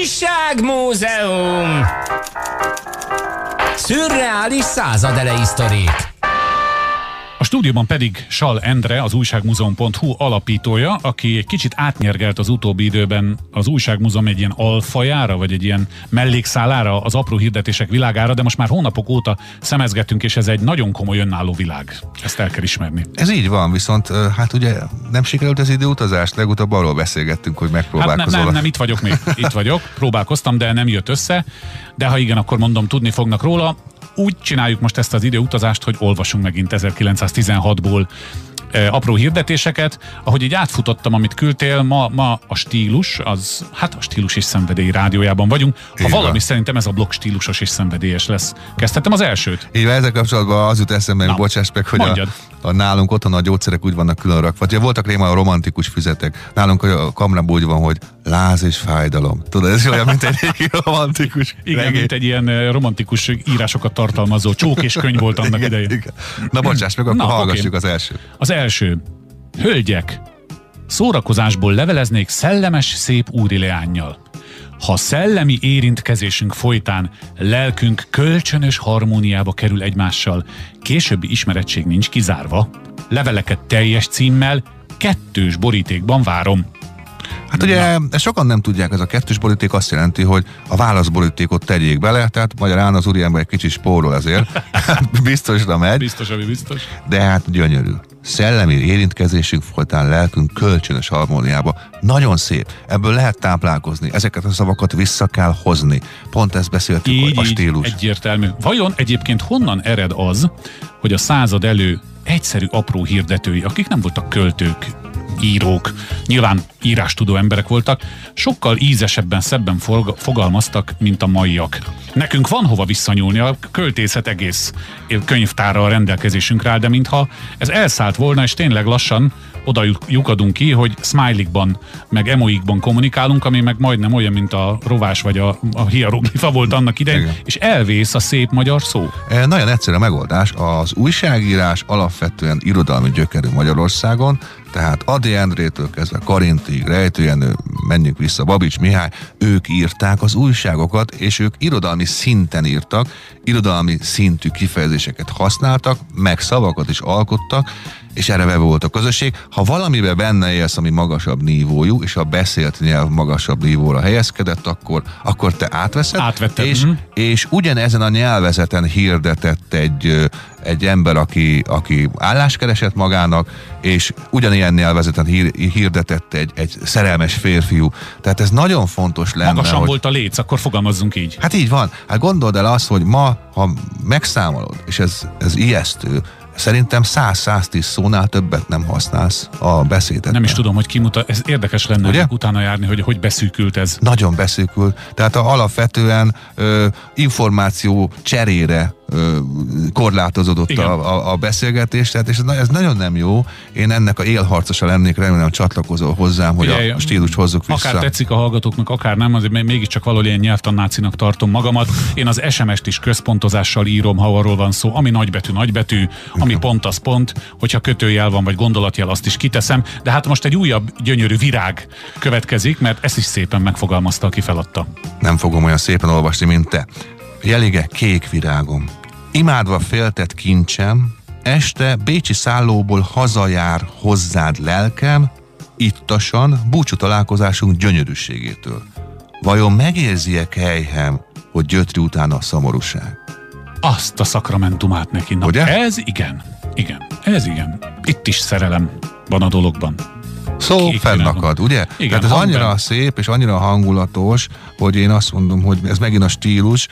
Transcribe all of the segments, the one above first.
Újságmúzeum! Szürreális századelei sztorik. A stúdióban pedig Sall Endre, az újságmúzeum.hu alapítója, aki egy kicsit átnyergelt az utóbbi időben az újságmúzeum egy ilyen alfajára, vagy egy ilyen mellékszálára, az apró hirdetések világára, de most már hónapok óta szemezgetünk, és ez egy nagyon komoly önálló világ. Ezt el kell ismerni. Ez így van, viszont hát ugye nem sikerült az időutazást, legutóbb arról beszélgettünk, hogy megpróbálkozol. Hát nem, itt vagyok még. Itt vagyok, próbálkoztam, de nem jött össze. De ha igen, akkor mondom, tudni fognak róla. Úgy csináljuk most ezt az időutazást, hogy olvasunk megint 1916-ból apró hirdetéseket. Ahogy így átfutottam, amit küldtél, ma a stílus, a stílus és szenvedély rádiójában vagyunk. Ha valami, szerintem ez a blog stílusos és szenvedélyes lesz. Kezdhetem az elsőt. Így van, ezzel kapcsolatban az jut eszembe, bocsáss meg, hogy nálunk otthon a gyógyszerek úgy vannak külön rakva. Ugye voltak rémán a romantikus füzetek. Nálunk a kamrában úgy van, hogy láz és fájdalom. Tudod, ez olyan, mint egy romantikus. Igen, mint egy ilyen romantikus írásokat tartalmazó csók és könyv volt annak idején. Igen. Na bocsáss meg, akkor hallgassuk az elsőt. Az első. Hölgyek, szórakozásból leveleznék szellemes, szép úri leánnyal. Ha szellemi érintkezésünk folytán lelkünk kölcsönös harmóniába kerül egymással, későbbi ismerettség nincs kizárva, leveleket teljes címmel, 2 borítékban várom. Hát ugye ezt sokan nem tudják, ez a 2 boríték azt jelenti, hogy a válaszborítékot tegyék bele, tehát magyarán az úriember egy kicsit spórol ezért. Biztosra megy. Biztos, ami biztos. De hát gyönyörű. Szellemi érintkezésünk folytán lelkünk kölcsönös harmóniába. Nagyon szép. Ebből lehet táplálkozni. Ezeket a szavakat vissza kell hozni. Pont ezt beszéltük, így, a stílus. Egyértelmű. Vajon egyébként honnan ered az, hogy a század elő egyszerű apró hirdetői, akik nem voltak költők, írók, nyilván írástudó emberek voltak, sokkal ízesebben, szebben fogalmaztak, mint a maiak. Nekünk van hova visszanyúlni, a költészet egész könyvtára a rendelkezésünkre áll, de mintha ez elszállt volna, és tényleg lassan oda lyukadunk ki, hogy smiley-kban, meg emoikban kommunikálunk, ami meg majdnem olyan, mint a rovás vagy a hieroglifa volt annak idején, igen. És elvész a szép magyar szó. Nagyon egyszerű a megoldás. Az újságírás alapvetően irodalmi gyökerű Magyarországon, tehát Ady Endrétől kezdve Karintig, Rejtő Jenő, menjünk vissza, Babics Mihály, ők írták az újságokat, és ők irodalmi szinten írtak, irodalmi szintű kifejezéseket használtak, meg szavakat is alkottak, és erre vevő volt a közösség. Ha valamiben benne élsz, ami magasabb nívójú, és a beszélt nyelv magasabb nívóra helyezkedett, akkor te átveszed. Átvettem. És ugyanezen a nyelvezeten hirdetett egy ember, aki állást keresett magának, és ugyanilyen nyelvezeten hirdetett egy szerelmes férfiú. Tehát ez nagyon fontos lenne. Magasan volt a léc, akkor fogalmazzunk így. Hát így van. Hát gondold el azt, hogy ma, ha megszámolod, és ez ijesztő, szerintem 100-110 szónál többet nem használsz a beszédetben. Nem is tudom, hogy kimutat. Ez érdekes lenne utána járni, hogy beszűkült ez. Nagyon beszűkült. Tehát alapvetően információ cserére korlátozódott a beszélgetés, tehát és ez nagyon nem jó. Én ennek a élharcosa lennék, remélem csatlakozol hozzám, hogy a stílust hozzuk vissza. Akár tetszik a hallgatóknak, akár nem, azért mégiscsak valahol ilyen nyelvtannácinak tartom magamat. Én az SMS-t is központozással írom, ha arról van szó, ami nagybetű, ami pont az pont, hogyha kötőjel van, vagy gondolatjel, azt is kiteszem. De hát most egy újabb gyönyörű virág következik, mert ezt is szépen megfogalmazta, aki feladta. Nem fogom olyan szépen olvasni, mint te. Jelige kék virágom. Imádva féltett kincsem, este bécsi szállóból hazajár hozzád lelkem, ittasan búcsú találkozásunk gyönyörűségétől. Vajon megérzi-e Kejhem, hogy gyötri utána a szomorúság? Azt a szakramentumát neki. Na, ugye? Ez igen. Itt is szerelem van a dologban. Szó fennakad, ugye? Igen, tehát ez annyira szép és annyira hangulatos, hogy én azt mondom, hogy ez megint a stílus.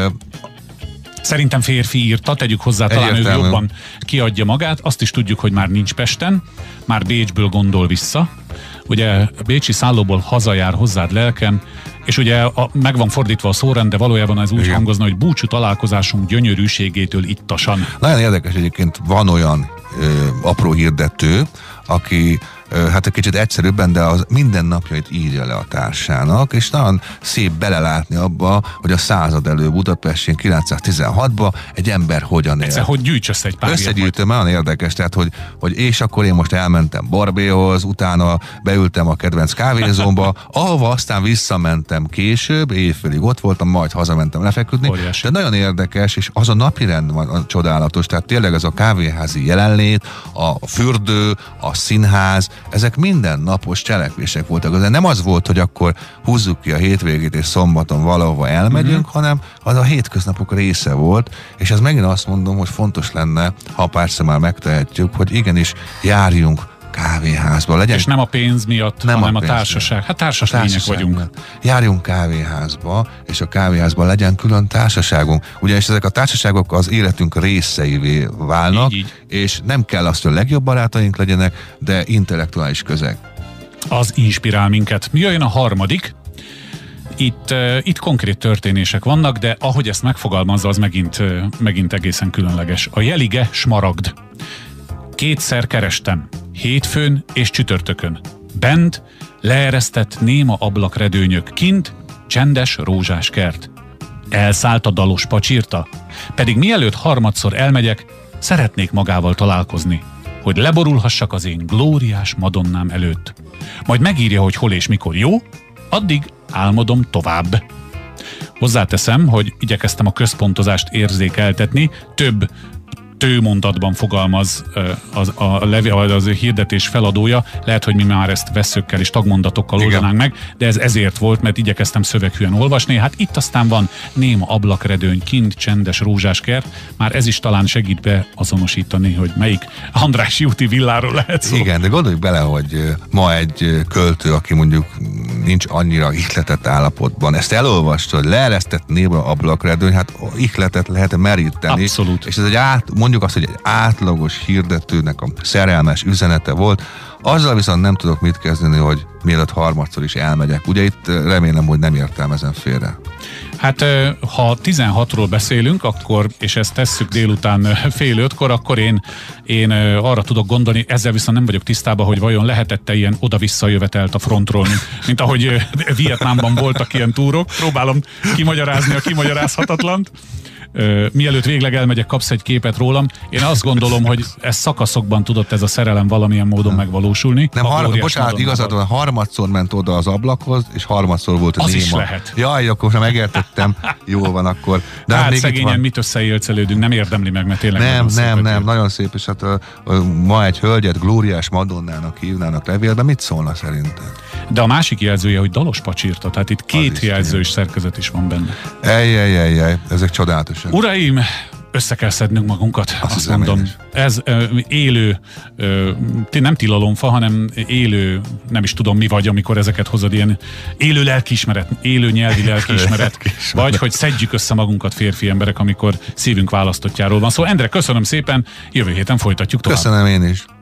Szerintem férfi írta, tegyük hozzá, talán ő jobban kiadja magát. Azt is tudjuk, hogy már nincs Pesten, már Bécsből gondol vissza. Ugye a bécsi szállóból hazajár hozzád lelkem, és ugye meg van fordítva a szórend, de valójában ez úgy hangozna, hogy búcsú találkozásunk gyönyörűségétől ittasan. Nagyon érdekes egyébként, van olyan apró hirdető, aki hát egy kicsit egyszerűbben, de az mindennapjait írja le a társának, és nagyon szép belelátni abba, hogy a század elő Budapestén 916-ba egy ember hogyan él. Hogy gyűjts össze egy pár Összegyűjtöm, nagyon érdekes, tehát hogy és akkor én most elmentem Barbéhoz, utána beültem a kedvenc kávézómba, ahova aztán visszamentem később, éjfélig ott voltam, majd hazamentem lefeküdni. Óriási. De nagyon érdekes, és az a napirend van csodálatos, tehát tényleg ez a kávéházi jelenlét, a fürdő, a színház, ezek mindennapos cselekvések voltak. De nem az volt, hogy akkor húzzuk ki a hétvégét és szombaton valahova elmegyünk, hanem az a hétköznapok része volt, és ez megint azt mondom, hogy fontos lenne, ha persze már megtehetjük, hogy igenis járjunk kávéházba. Legyen... És nem a pénz miatt, hanem a társaság. Hát társas lények vagyunk. Miatt. Járjunk kávéházba, és a kávéházban legyen külön társaságunk. Ugyanis ezek a társaságok az életünk részeivé válnak, így. És nem kell azt, hogy a legjobb barátaink legyenek, de intellektuális közeg. Az inspirál minket. Jöjjön a harmadik. Itt konkrét történések vannak, de ahogy ezt megfogalmazza, az megint egészen különleges. A jelige smaragd. 2-szer kerestem. Hétfőn és csütörtökön. Bent leeresztett néma ablakredőnyök, kint csendes rózsás kert. Elszállt a dalos pacsirta, pedig mielőtt harmadszor elmegyek, szeretnék magával találkozni, hogy leborulhassak az én glóriás madonnám előtt. Majd megírja, hogy hol és mikor jó, addig álmodom tovább. Hozzáteszem, hogy igyekeztem a központozást érzékeltetni, több tőmondatban fogalmaz az hirdetés feladója, lehet, hogy mi már ezt vesszőkkel és tagmondatokkal oldanánk meg, de ez ezért volt, mert igyekeztem szöveghűen olvasni. Hát itt aztán van néma ablakredőny, kint csendes rózsás kert, már ez is talán segít beazonosítani, hogy melyik Andrássy úti villáról lehet szó. Igen, de gondoljuk bele, hogy ma egy költő, aki mondjuk nincs annyira ihletett állapotban, ezt elolvasta, hogy leeresztett néma ablakredőny, hát ihletet lehet meríteni. Abszolút. És ez mondjuk azt, hogy egy átlagos hirdetőnek a szerelmes üzenete volt, azzal viszont nem tudok mit kezdeni, hogy mielőtt harmadszor is elmegyek. Ugye itt remélem, hogy nem értelmezem félre. Hát ha 16-ról beszélünk, akkor, és ezt tesszük délután 4:30-kor, akkor én arra tudok gondolni, ezzel viszont nem vagyok tisztában, hogy vajon lehetett-e ilyen oda-vissza jövetelt a frontról, mint ahogy Vietnámban voltak ilyen túrok. Próbálom kimagyarázni a kimagyarázhatatlant. Mielőtt végleg elmegyek, kapsz egy képet rólam. Én azt gondolom, hogy ez szakaszokban tudott ez a szerelem valamilyen módon megvalósulni. Nem, bocsánat, igazad van, harmadszor ment oda az ablakhoz, és harmadszor volt a az néma. Is lehet. Jaj, akkor sem megértettem. Jól van akkor. De hát szegényen mit összeélcelődünk, nem érdemli meg, mert tényleg nem, nagyon szép, és hát ma egy hölgyet glóriás madonnának hívnának levélben, mit szólna szerinted? De a másik jelzője, hogy dalos pacsirta, tehát itt két jelzős szerkezet is van benne. Ejjjjjjjj, ezek csodálatosak. Uraim, össze kell szednünk magunkat, azt mondom. Ez élő, nem tilalomfa, hanem élő, nem is tudom mi vagy, amikor ezeket hozod, ilyen élő lelkiismeret, élő nyelvi lelkiismeret, vagy hogy szedjük össze magunkat, férfi emberek, amikor szívünk választottjáról van. Szóval Endre, köszönöm szépen, jövő héten folytatjuk tovább. Köszönöm én is.